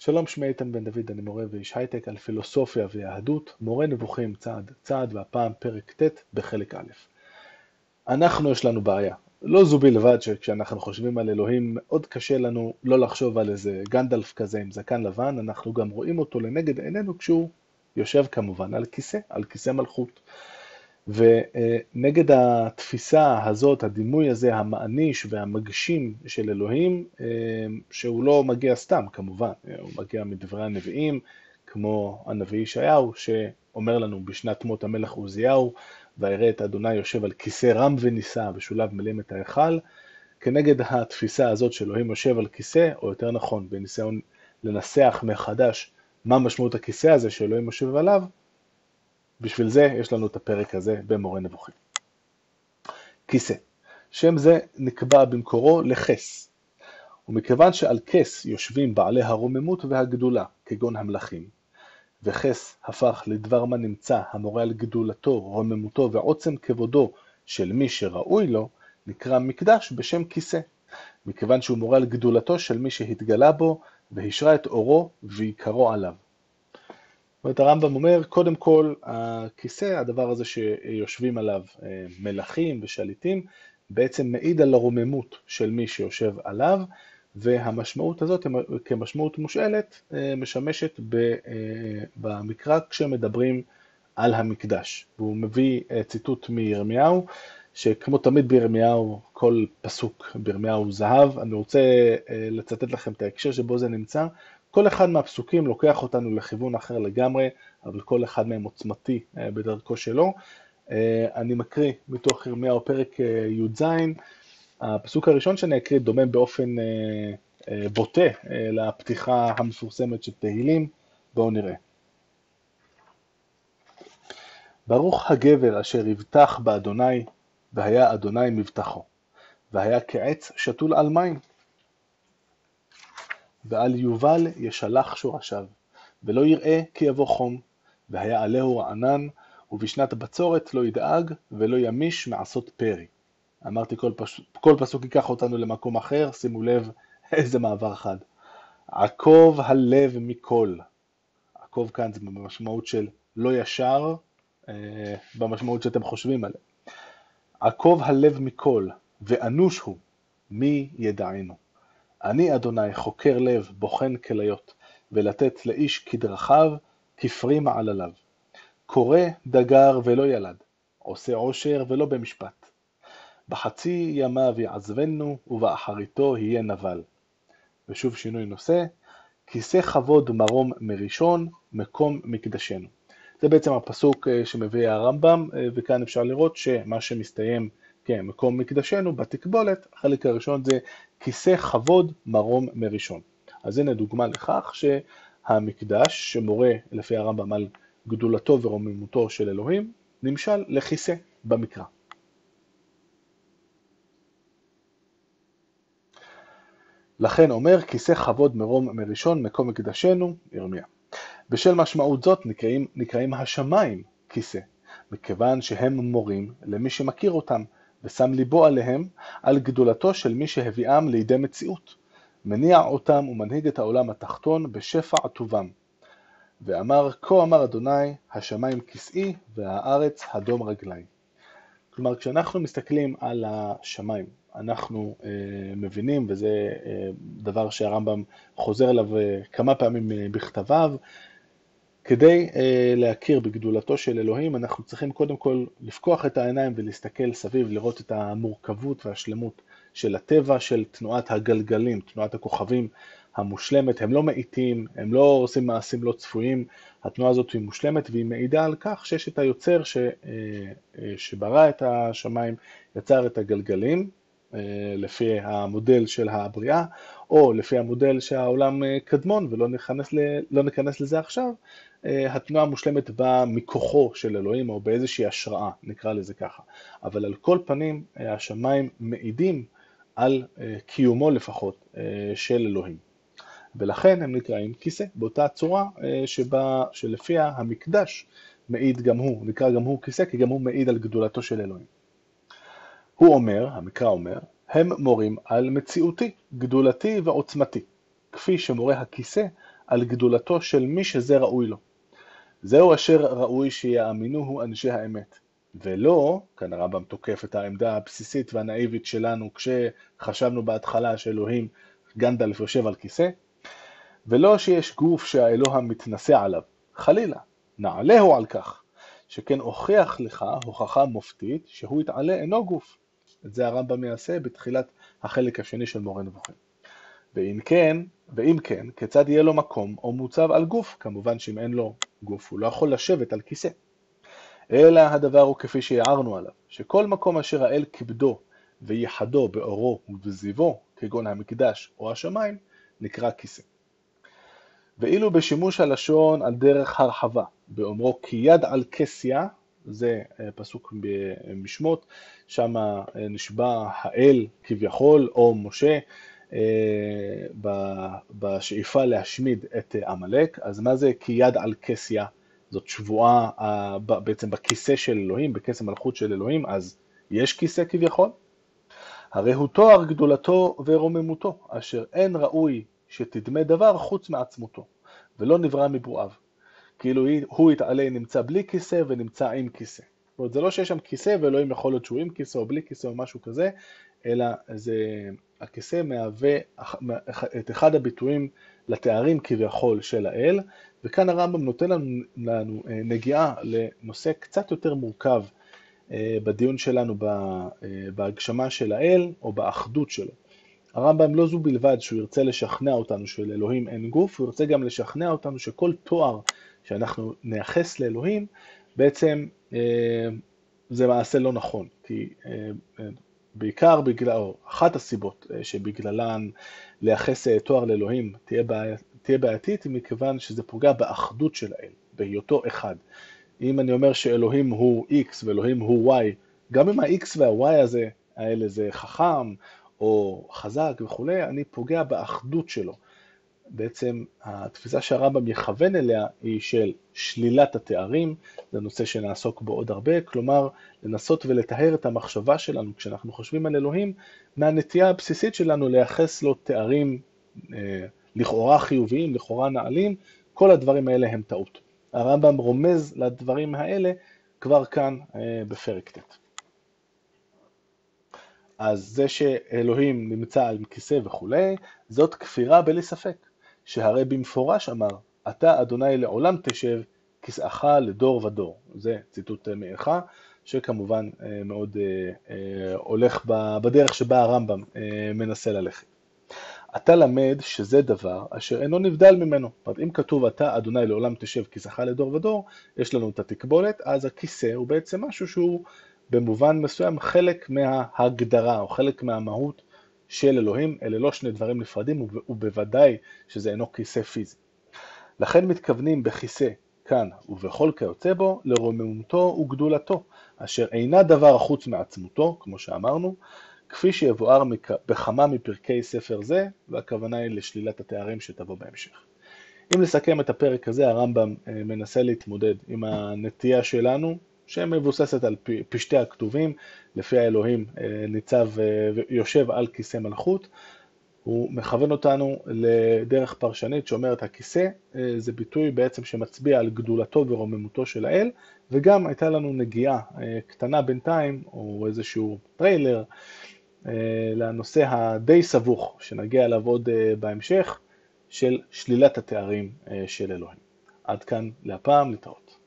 שלום, שמי איתן בן דוד, אני מורה ואיש הייטק על פילוסופיה ויהדות, מורה נבוכים צעד צעד, והפעם פרק ט' בחלק א'. יש לנו בעיה. לא זו בלבד שכשאנחנו חושבים על אלוהים מאוד קשה לנו לא לחשוב על איזה גנדלף כזה עם זקן לבן, אנחנו גם רואים אותו לנגד עינינו כשהוא יושב כמובן על כיסא מלכות. ונגד התפיסה הזאת, הדימוי הזה המעניש והמגשים של אלוהים, שהוא לא מגיע סתם כמובן, הוא מגיע מדברי הנביאים, כמו הנביא ישעיהו, שאומר לנו בשנת מות המלך עוזיהו, ויראה את אדוני יושב על כיסא רם ונישא ושולב מלאים את ההיכל. כנגד התפיסה הזאת שאלוהים יושב על כיסא, או יותר נכון בניסיון לנסח מחדש מה משמעות הכיסא הזה שאלוהים יושב עליו, בשביל זה יש לנו את הפרק הזה במורה נבוכים. כיסא. שם זה נקבע במקורו לכס. ומכיוון שעל כס יושבים בעלי הרוממות והגדולה, כגון המלכים, וכס הפך לדבר מה נמצא המורה על גדולתו, רוממותו ועוצם כבודו של מי שראוי לו, נקרא מקדש בשם כיסא. מכיוון שהוא מורה על גדולתו של מי שהתגלה בו והשרה את אורו ויקרו עליו. זאת אומרת, הרמב"ם אומר, קודם כל, הכיסא, הדבר הזה שיושבים עליו מלכים ושליטים, בעצם מעיד על הרוממות של מי שיושב עליו, והמשמעות הזאת, כמשמעות מושאלת, משמשת במקרא כשמדברים על המקדש. והוא מביא ציטוט מירמיהו, שכמו תמיד בירמיהו, כל פסוק בירמיהו זהב. אני רוצה לצטט לכם את ההקשר שבו זה נמצא. כל אחד מהפסוקים לוקח אותנו לכיוון אחר לגמרי, אבל כל אחד מהם עוצמתי בדרכו שלו. אני מקריא מתוך ירמיהו פרק י"ז. הפסוק הראשון שאני אקריא דומה באופן בוטה לפתיחה המפורסמת של תהילים. בואו נראה. ברוך הגבר אשר יבטח באדוני, והיה אדוני מבטחו, והיה כעץ שתול על מים. ועל יובל ישלח שורשיו, ולא יראה כי יבוא חום, והיה עליהו רענן, ובשנת הבצורת לא ידאג, ולא ימיש מעשות פרי. אמרתי כל פסוק ייקח אותנו למקום אחר, שימו לב איזה מעבר חד. עקוב הלב מכל. עקוב כאן זה במשמעות של לא ישר, במשמעות שאתם חושבים עליה. עקוב הלב מכל, ואנוש הוא, מי ידענו. אני אדוני חוקר לב, בוחן כליות, ולתת לאיש כדרכיו, כפרי מעלליו. קורא דגר ולא ילד, עושה עושר ולא במשפט. בחצי ימיו יעזבנו, ובאחריתו יהיה נבל. ושוב שינוי נושא, כיסא כבוד מרום מראשון, מקום מקדשנו. זה בעצם הפסוק שמביא הרמב"ם, וכאן אפשר לראות שמה שמסתיים כמקום מקדשנו בתקבולת, החלק הראשון זה כיסא כבוד מרום מראשון. אז הנה דוגמה לכך שהמקדש שמורה לפי הרמב"ם על גדולתו ורוממותו של אלוהים, נמשל לכיסא במקרא. לכן אומר כיסא כבוד מרום מראשון, מקום מקדשנו, ירמיה. בשל משמעות זאת נקראים השמיים כיסא, מכיוון שהם מורים למי שמכיר אותם, ושם ליבו עליהם על גדולתו של מי שהביאם לידי מציאות, מניע אותם ומנהיג את העולם התחתון בשפע טובם. ואמר, כה אמר אדוני, השמיים כיסאי והארץ הדום רגלי. כלומר, כשאנחנו מסתכלים על השמיים, אנחנו מבינים, וזה דבר שהרמב"ם חוזר אליו כמה פעמים בכתביו, כדי להכיר בגדולתו של אלוהים, אנחנו צריכים קודם כל לפקוח את העיניים ולהסתכל סביב, לראות את המורכבות והשלמות של הטבע, של תנועת הגלגלים, תנועת הכוכבים המושלמת. הם לא מאיטים, הם לא עושים מעשים לא צפויים, התנועה הזאת היא מושלמת, והיא מעידה על כך שיש את היוצר שברא את השמיים, יצר את הגלגלים, לפי המודל של הבריאה, או לפי המודל שהעולם קדמון, ולא ניכנס לזה עכשיו, התנועה המושלמת באה מכוחו של אלוהים, או באיזושהי השראה, נקרא לזה ככה. אבל על כל פנים, השמיים מעידים על קיומו לפחות של אלוהים. ולכן הם נקראים כיסא, באותה צורה שלפיה המקדש מעיד גם הוא, נקרא גם הוא כיסא, כי גם הוא מעיד על גדולתו של אלוהים. הוא אומר, המקרא אומר, הם מורים על מציאותי, גדולתי ועוצמתי, כפי שמורה הכיסא על גדולתו של מי שזה ראוי לו. זהו אשר ראוי שיאמינוהו אנשי האמת. ולא, כאן הרמב"ם תוקף את העמדה הבסיסית והנאיבית שלנו כשחשבנו בהתחלה שאלוהים גנדלף יושב על כיסא, ולא שיש גוף שהאלוה מתנשא עליו, חלילה, נעלהו על כך, שכן הוכיח לך הוכחה מופתית שהוא יתעלה אינו גוף. את זה הרמב"ם יעשה בתחילת החלק השני של מורה נבוכים. ואם כן, כיצד יהיה לו מקום או מוצב על גוף? כמובן שאם אין לו גוף הוא לא יכול לשבת על כיסא. אלא הדבר הוא כפי שהערנו עליו, שכל מקום אשר האל כבדו וייחדו באורו ובזיבו, כגון המקדש או השמיים, נקרא כיסא. ואילו בשימוש הלשון על דרך הרחבה, באומרו כי יד על כסיה, זה פסוק במשמות, שם נשבע האל כביכול או משה בשאיפה להשמיד את עמלק. אז מה זה כי יד על כסיה? זאת שבועה בעצם בכיסא של אלוהים, בכס המלכות של אלוהים, אז יש כיסא כביכול. הרי הוא תואר גדולתו ורוממותו, אשר אין ראוי שתדמה דבר חוץ מעצמותו, ולא נברא מברואיו. כאילו הוא יתעלה נמצא בלי כיסא ונמצא עם כיסא. זאת אומרת, זה לא שיש שם כיסא ואלוהים יכול להיות שהוא עם כיסא או בלי כיסא או משהו כזה, אלא הכיסא מהווה את אחד הביטויים לתארים כביכול של האל, וכאן הרמב"ם נותן לנו נגיעה לנושא קצת יותר מורכב בדיון שלנו בהגשמה של האל או באחדות שלו. הרמב"ם לא זו בלבד שהוא ירצה לשכנע אותנו שלאלוהים אין גוף, הוא ירצה גם לשכנע אותנו שכל תואר שאנחנו נייחס לאלוהים, בעצם זה מעשה לא נכון, כי בעיקר או אחת הסיבות שבגללן לייחס תואר לאלוהים תהיה בעייתית, מכיוון שזה פוגע באחדות של האל, בהיותו אחד. אם אני אומר שאלוהים הוא X ואלוהים הוא Y, גם אם ה-X וה-Y האלה זה חכם או חזק וכו', אני פוגע באחדות שלו. בעצם התפיסה שהרמב"ם יכוון אליה היא של שלילת התארים, זה נושא שנעסוק בו עוד הרבה, כלומר לנסות ולטהר את המחשבה שלנו כשאנחנו חושבים על אלוהים, מהנטייה הבסיסית שלנו לייחס לו תארים לכאורה חיוביים, לכאורה נעלים, כל הדברים האלה הם טעות. הרמב"ם רומז לדברים האלה כבר כאן בפרק ט'. אז זה שאלוהים נמצא על כיסא וכו', זאת כפירה בלי ספק, שהרי במפורש אמר, אתה אדוני לעולם תשב, כיסאך לדור ודור. זה ציטוט מאיכה, שכמובן מאוד הולך בדרך שבה הרמב"ם מנסה ללכת. אתה למד שזה דבר אשר אינו נבדל ממנו. זאת אומרת, אם כתוב אתה אדוני לעולם תשב כיסאך לדור ודור, יש לנו את התקבולת, אז הכיסא הוא בעצם משהו שהוא במובן מסוים חלק מההגדרה או חלק מהמהות של אלוהים. אלה לא שני דברים נפרדים, ובוודאי שזה אינו כיסא פיזי. לכן מתכוונים בכיסא כאן ובכל כיוצא בו לרוממותו וגדולתו, אשר אינה דבר חוץ מעצמותו, כמו שאמרנו, כפי שיבואר בכמה מפרקי ספר זה, והכוונה היא לשלילת התארים שתבוא בהמשך. אם לסכם את הפרק הזה, הרמב"ם מנסה להתמודד עם הנטייה שלנו, שמבוססת על פשטי הכתובים, לפי האלוהים ניצב ויושב על כיסא מלכות. הוא מכוון אותנו לדרך פרשנית שאומרת הכיסא, זה ביטוי בעצם שמצביע על גדולתו ורוממותו של האל, וגם הייתה לנו נגיעה קטנה בינתיים, או איזשהו טריילר, לנושא הדי סבוך, שנגיע אליו עוד בהמשך, של שלילת התארים של אלוהים. עד כאן להפעם, להתראות.